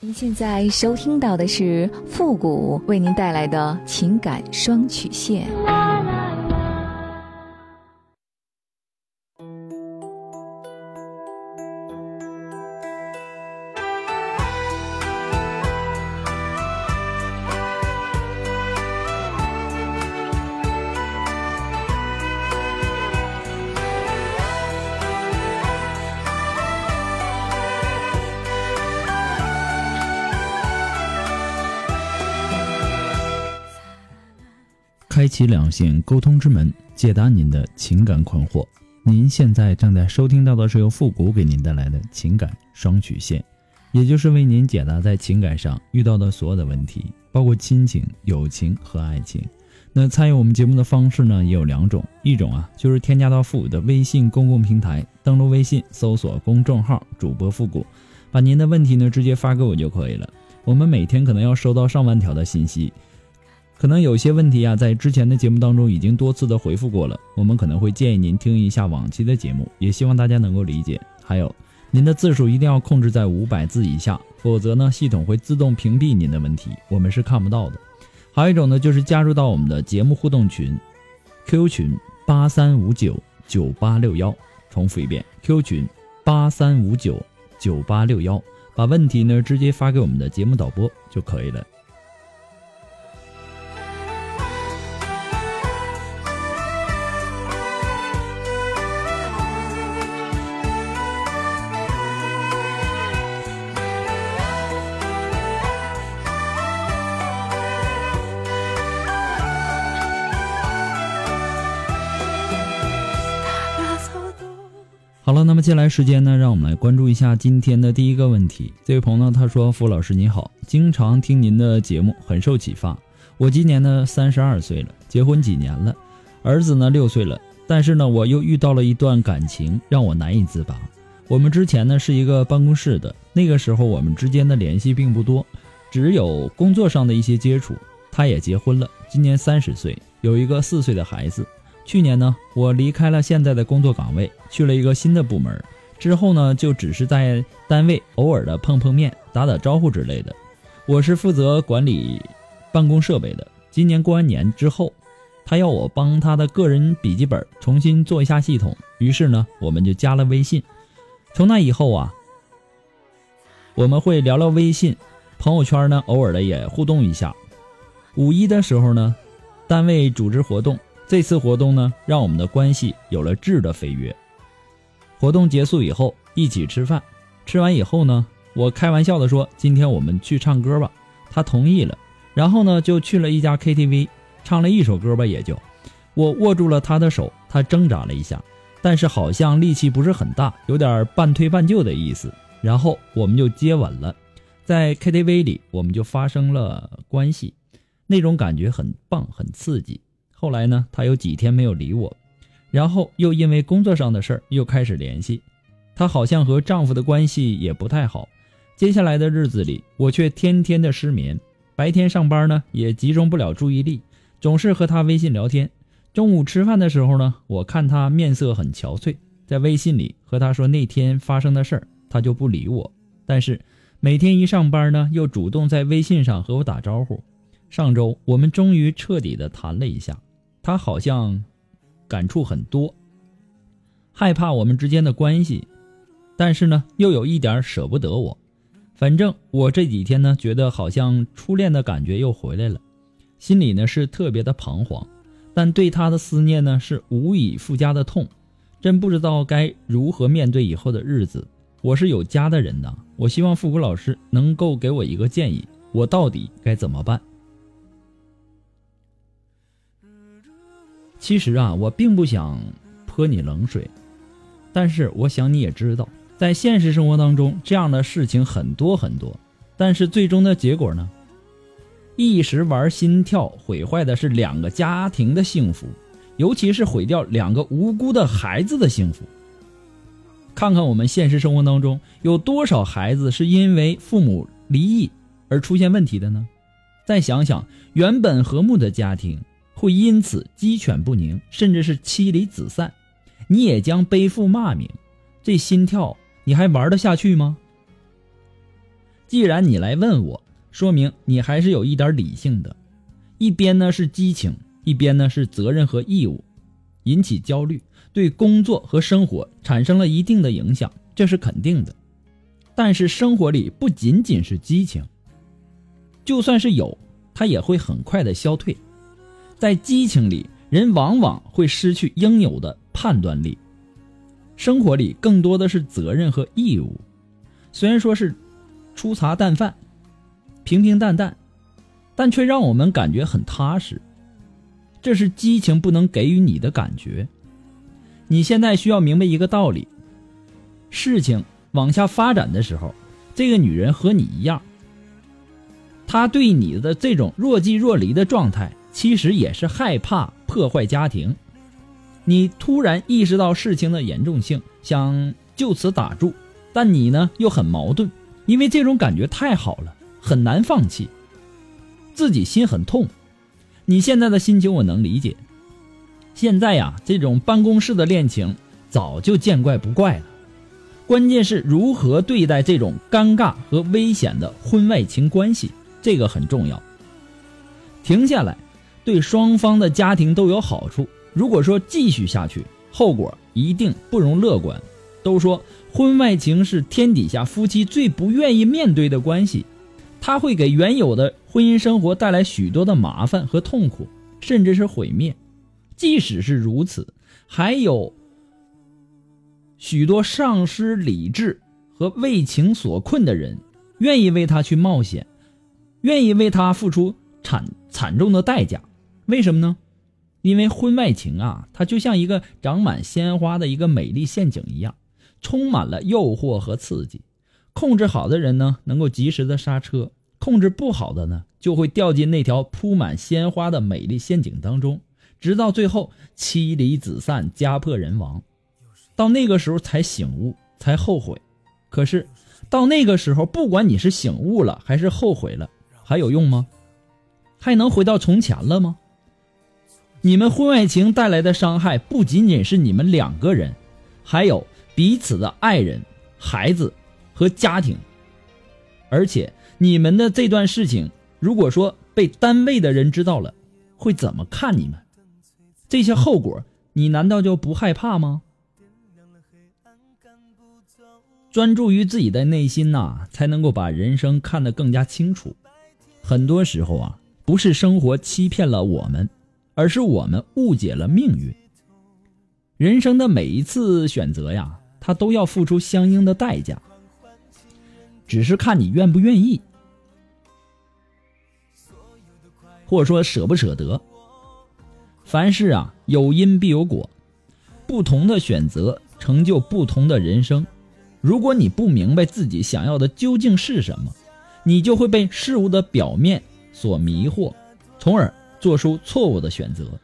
您现在收听到的是复古为您带来的情感双曲线。 开启两性沟通之门，解答您的情感困惑。您现在正在收听到的是由复古给您带来的情感双曲线，也就是为您解答在情感上遇到的所有的问题，包括亲情、友情和爱情。那参与我们节目的方式呢，也有两种，一种就是添加到复古的微信公共平台，登录微信搜索公众号主播复古，把您的问题呢直接发给我就可以了。我们每天可能要收到上万条的信息，可能有些问题在之前的节目当中已经多次的回复过了，我们可能会建议您听一下往期的节目，也希望大家能够理解。还有，您的字数一定要控制在500字以下，否则呢，系统会自动屏蔽您的问题，我们是看不到的。还有一种呢，就是加入到我们的节目互动群 ，QQ 群83599861，重复一遍 ，QQ 群83599861，把问题呢直接发给我们的节目导播就可以了。好了，那么接下来时间呢，让我们来关注一下今天的第一个问题。这位朋友呢，他说：傅老师你好，经常听您的节目，很受启发。我今年呢32岁了，结婚几年了，儿子呢6岁了，但是呢我又遇到了一段感情让我难以自拔。我们之前呢是一个办公室的，那个时候我们之间的联系并不多，只有工作上的一些接触。他也结婚了，今年30岁，有一个4岁的孩子。去年呢，我离开了现在的工作岗位，去了一个新的部门，之后呢，就只是在单位偶尔的碰碰面、打打招呼之类的。我是负责管理办公设备的。今年过完年之后，他要我帮他的个人笔记本重新做一下系统，于是呢，我们就加了微信。从那以后我们会聊聊微信，朋友圈呢，偶尔的也互动一下。5·1的时候呢，单位组织活动。这次活动呢，让我们的关系有了质的飞跃。活动结束以后，一起吃饭，吃完以后呢，我开玩笑的说，今天我们去唱歌吧，他同意了。然后呢，就去了一家 KTV， 唱了一首歌吧，也就我握住了他的手，他挣扎了一下，但是好像力气不是很大，有点半推半就的意思。然后我们就接吻了，在 KTV 里我们就发生了关系，那种感觉很棒，很刺激。后来呢，他有几天没有理我，然后又因为工作上的事儿又开始联系。她好像和丈夫的关系也不太好。接下来的日子里，我却天天的失眠，白天上班呢也集中不了注意力，总是和她微信聊天。中午吃饭的时候呢，我看她面色很憔悴，在微信里和她说那天发生的事儿，她就不理我。但是每天一上班呢，又主动在微信上和我打招呼。上周我们终于彻底的谈了一下。他好像感触很多，害怕我们之间的关系，但是呢，又有一点舍不得我。反正我这几天呢，觉得好像初恋的感觉又回来了，心里呢是特别的彷徨，但对他的思念呢是无以复加的痛，真不知道该如何面对以后的日子。我是有家的人呐，我希望复古老师能够给我一个建议，我到底该怎么办？其实我并不想泼你冷水，但是我想你也知道，在现实生活当中，这样的事情很多很多，但是最终的结果呢，一时玩心跳，毁坏的是2个家庭的幸福，尤其是毁掉2个无辜的孩子的幸福。看看我们现实生活当中，有多少孩子是因为父母离异而出现问题的呢？再想想，原本和睦的家庭会因此鸡犬不宁，甚至是妻离子散，你也将背负骂名，这心跳你还玩得下去吗？ 既然你来问我，说明你还是有一点理性的。一边呢是激情，一边呢是责任和义务，引起焦虑，对工作和生活产生了一定的影响，这是肯定的。但是生活里不仅仅是激情，就算是有，它也会很快的消退。在激情里，人往往会失去应有的判断力。生活里更多的是责任和义务，虽然说是粗茶淡饭，平平淡淡，但却让我们感觉很踏实。这是激情不能给予你的感觉。你现在需要明白一个道理，事情往下发展的时候，这个女人和你一样，她对你的这种若即若离的状态，其实也是害怕破坏家庭。你突然意识到事情的严重性，想就此打住，但你呢又很矛盾，因为这种感觉太好了，很难放弃，自己心很痛。你现在的心情我能理解。现在呀，这种办公室的恋情早就见怪不怪了，关键是如何对待这种尴尬和危险的婚外情关系，这个很重要。停下来，对双方的家庭都有好处。如果说继续下去，后果一定不容乐观。都说婚外情是天底下夫妻最不愿意面对的关系，它会给原有的婚姻生活带来许多的麻烦和痛苦，甚至是毁灭。即使是如此，还有许多丧失理智和为情所困的人，愿意为他去冒险，愿意为他付出惨重的代价。为什么呢？因为婚外情啊，它就像一个长满鲜花的一个美丽陷阱一样，充满了诱惑和刺激。控制好的人呢，能够及时的刹车；控制不好的呢，就会掉进那条铺满鲜花的美丽陷阱当中，直到最后妻离子散，家破人亡。到那个时候才醒悟，才后悔。可是到那个时候，不管你是醒悟了还是后悔了，还有用吗？还能回到从前了吗？你们婚外情带来的伤害不仅仅是你们两个人，还有彼此的爱人、孩子和家庭。而且你们的这段事情，如果说被单位的人知道了，会怎么看你们？这些后果你难道就不害怕吗？专注于自己的内心呐，才能够把人生看得更加清楚。很多时候啊，不是生活欺骗了我们，而是我们误解了命运。人生的每一次选择呀，它都要付出相应的代价，只是看你愿不愿意，或者说舍不舍得。凡事啊，有因必有果，不同的选择成就不同的人生。如果你不明白自己想要的究竟是什么，你就会被事物的表面所迷惑，从而做出错误的选择。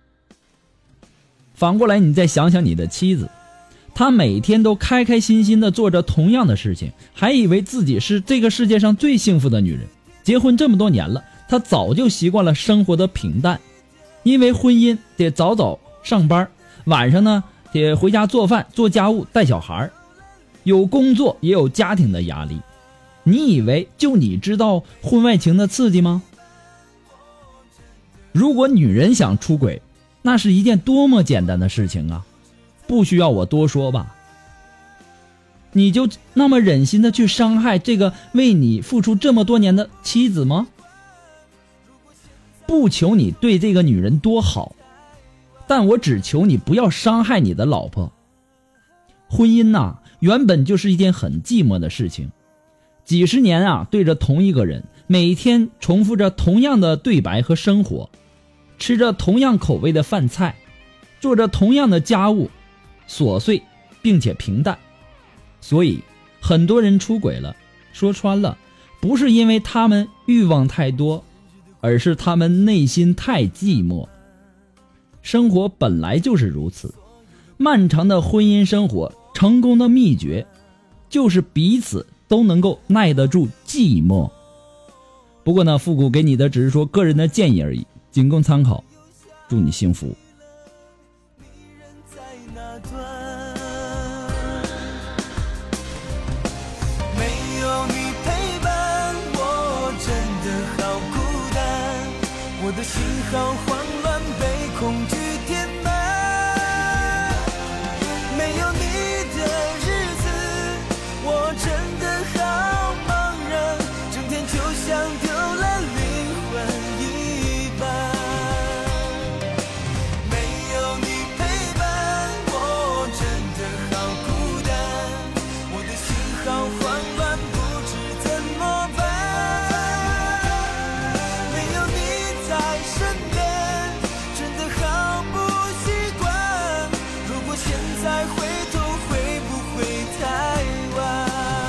反过来，你再想想你的妻子，她每天都开开心心地做着同样的事情，还以为自己是这个世界上最幸福的女人。结婚这么多年了，她早就习惯了生活的平淡，因为婚姻得早早上班，晚上呢得回家做饭、做家务、带小孩，有工作也有家庭的压力。你以为就你知道婚外情的刺激吗？如果女人想出轨，那是一件多么简单的事情啊，不需要我多说吧。你就那么忍心的去伤害这个为你付出这么多年的妻子吗？不求你对这个女人多好，但我只求你不要伤害你的老婆。婚姻呐，原本就是一件很寂寞的事情。几十年啊，对着同一个人，每天重复着同样的对白和生活，吃着同样口味的饭菜，做着同样的家务，琐碎并且平淡。所以很多人出轨了，说穿了，不是因为他们欲望太多，而是他们内心太寂寞。生活本来就是如此，漫长的婚姻生活成功的秘诀就是彼此都能够耐得住寂寞。不过呢，复古给你的只是说个人的建议而已，仅供参考。祝你幸福。 没有你陪伴， 好慌乱被恐惧填满。没有你的日子，我真的好茫然，整天就像丢了灵魂一般。没有你陪伴，我真的好孤单，我的心好慌乱，不知怎么办。没有你在身边，真的好不习惯。如果现在回头，会不会太晚？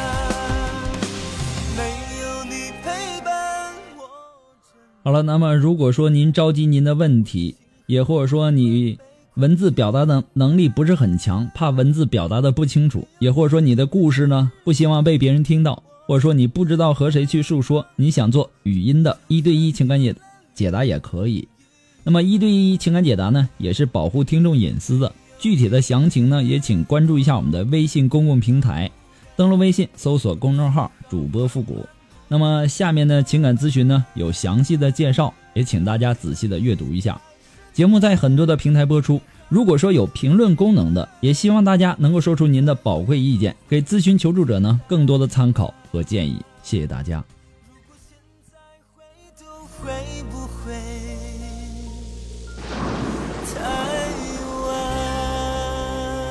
没有你陪伴我。 好了，那么如果说您着急您的问题，也或者说你文字表达的能力不是很强，怕文字表达的不清楚，也或者说你的故事呢不希望被别人听到，或者说你不知道和谁去诉说，你想做语音的1对1情感解答也可以。那么1对1情感解答呢也是保护听众隐私的，具体的详情呢也请关注一下我们的微信公共平台，登录微信搜索公众号主播复古。那么下面的情感咨询呢有详细的介绍，也请大家仔细的阅读一下。节目在很多的平台播出，如果说有评论功能的，也希望大家能够说出您的宝贵意见，给咨询求助者呢更多的参考和建议。谢谢大家。 会不会太晚？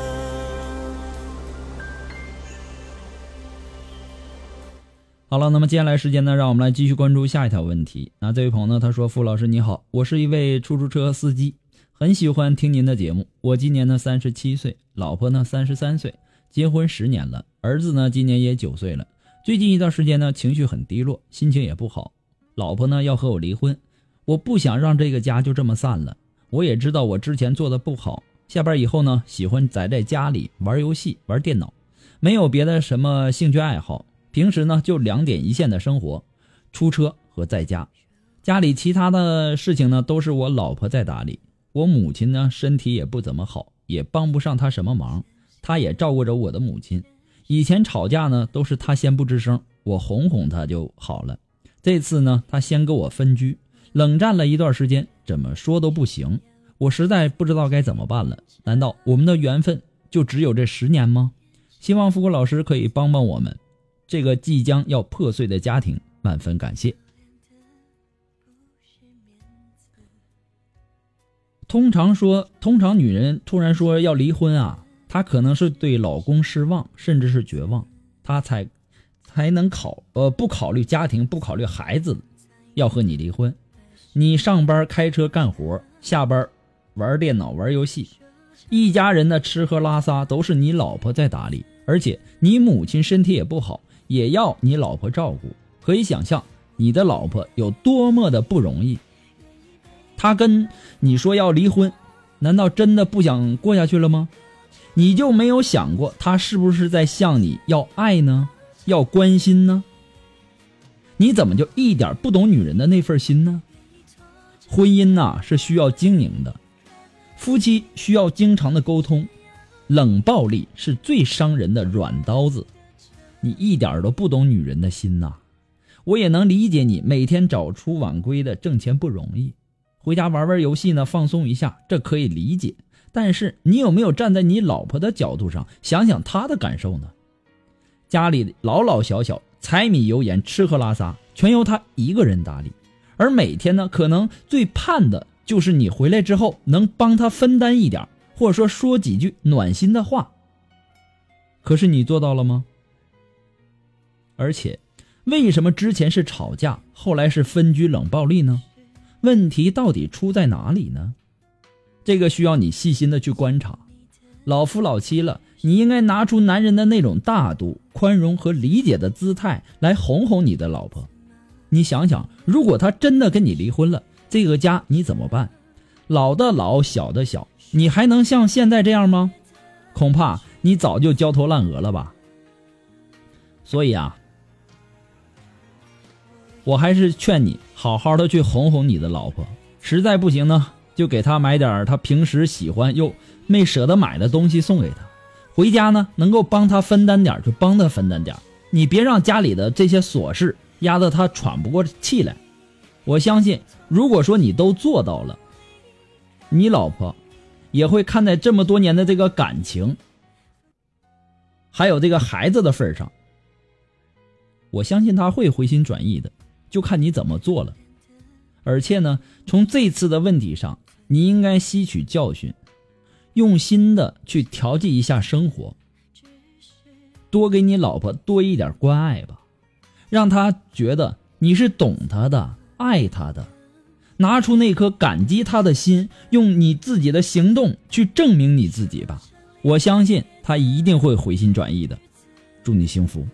好了，那么接下来时间呢，让我们来继续关注下一条问题。那这位朋友呢，他说：傅老师你好，我是一位出租车司机，很喜欢听您的节目。我今年呢37岁，老婆呢33岁，结婚10年了，儿子呢今年也9岁了。最近一段时间呢，情绪很低落，心情也不好。老婆呢要和我离婚，我不想让这个家就这么散了。我也知道我之前做的不好，下班以后呢，喜欢宅在家里玩游戏、玩电脑，没有别的什么兴趣爱好。平时呢就2点一线的生活，出车和在家。家里其他的事情呢都是我老婆在打理。我母亲呢身体也不怎么好，也帮不上她什么忙，她也照顾着我的母亲。以前吵架呢都是她先不吱声，我哄哄她就好了。这次呢她先跟我分居，冷战了一段时间，怎么说都不行。我实在不知道该怎么办了。难道我们的缘分就只有这10年吗？希望复古老师可以帮帮我们，这个即将要破碎的家庭，万分感谢。通常女人突然说要离婚啊，她可能是对老公失望，甚至是绝望，她才能不考虑家庭，不考虑孩子，要和你离婚。你上班开车干活，下班玩电脑玩游戏，一家人的吃喝拉撒都是你老婆在打理，而且你母亲身体也不好，也要你老婆照顾。可以想象你的老婆有多么的不容易。她跟你说要离婚，难道真的不想过下去了吗？你就没有想过她是不是在向你要爱呢，要关心呢？你怎么就一点不懂女人的那份心呢？婚姻啊，是需要经营的，夫妻需要经常的沟通，冷暴力是最伤人的软刀子。你一点都不懂女人的心呐。我也能理解你每天早出晚归的挣钱不容易，回家玩玩游戏呢，放松一下，这可以理解。但是你有没有站在你老婆的角度上想想她的感受呢？家里老老小小，柴米油盐，吃喝拉撒全由她一个人打理，而每天呢，可能最盼的就是你回来之后能帮她分担一点，或者说几句暖心的话。可是你做到了吗？而且为什么之前是吵架，后来是分居冷暴力呢？问题到底出在哪里呢？这个需要你细心的去观察。老夫老妻了，你应该拿出男人的那种大度、宽容和理解的姿态来哄哄你的老婆。你想想，如果她真的跟你离婚了，这个家你怎么办？老的老，小的小，你还能像现在这样吗？恐怕你早就焦头烂额了吧。所以啊，我还是劝你好好的去哄哄你的老婆，实在不行呢，就给她买点她平时喜欢又没舍得买的东西送给她。回家呢，能够帮她分担点就帮她分担点，你别让家里的这些琐事压得她喘不过气来。 我相信如果说你都做到了，你老婆也会看在这么多年的这个感情还有这个孩子的份上，我相信她会回心转意的，就看你怎么做了。而且呢，从这次的问题上，你应该吸取教训，用心的去调剂一下生活，多给你老婆多一点关爱吧，让她觉得你是懂她的，爱她的，拿出那颗感激她的心，用你自己的行动去证明你自己吧。我相信她一定会回心转意的。祝你幸福。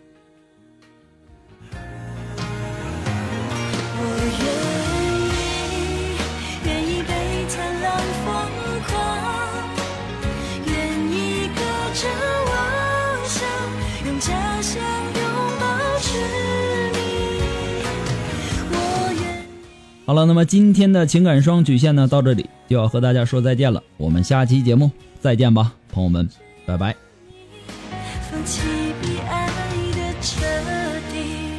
好了，那么今天的情感双曲线呢，到这里就要和大家说再见了。我们下期节目再见吧，朋友们，拜拜。 放弃比爱的彻底。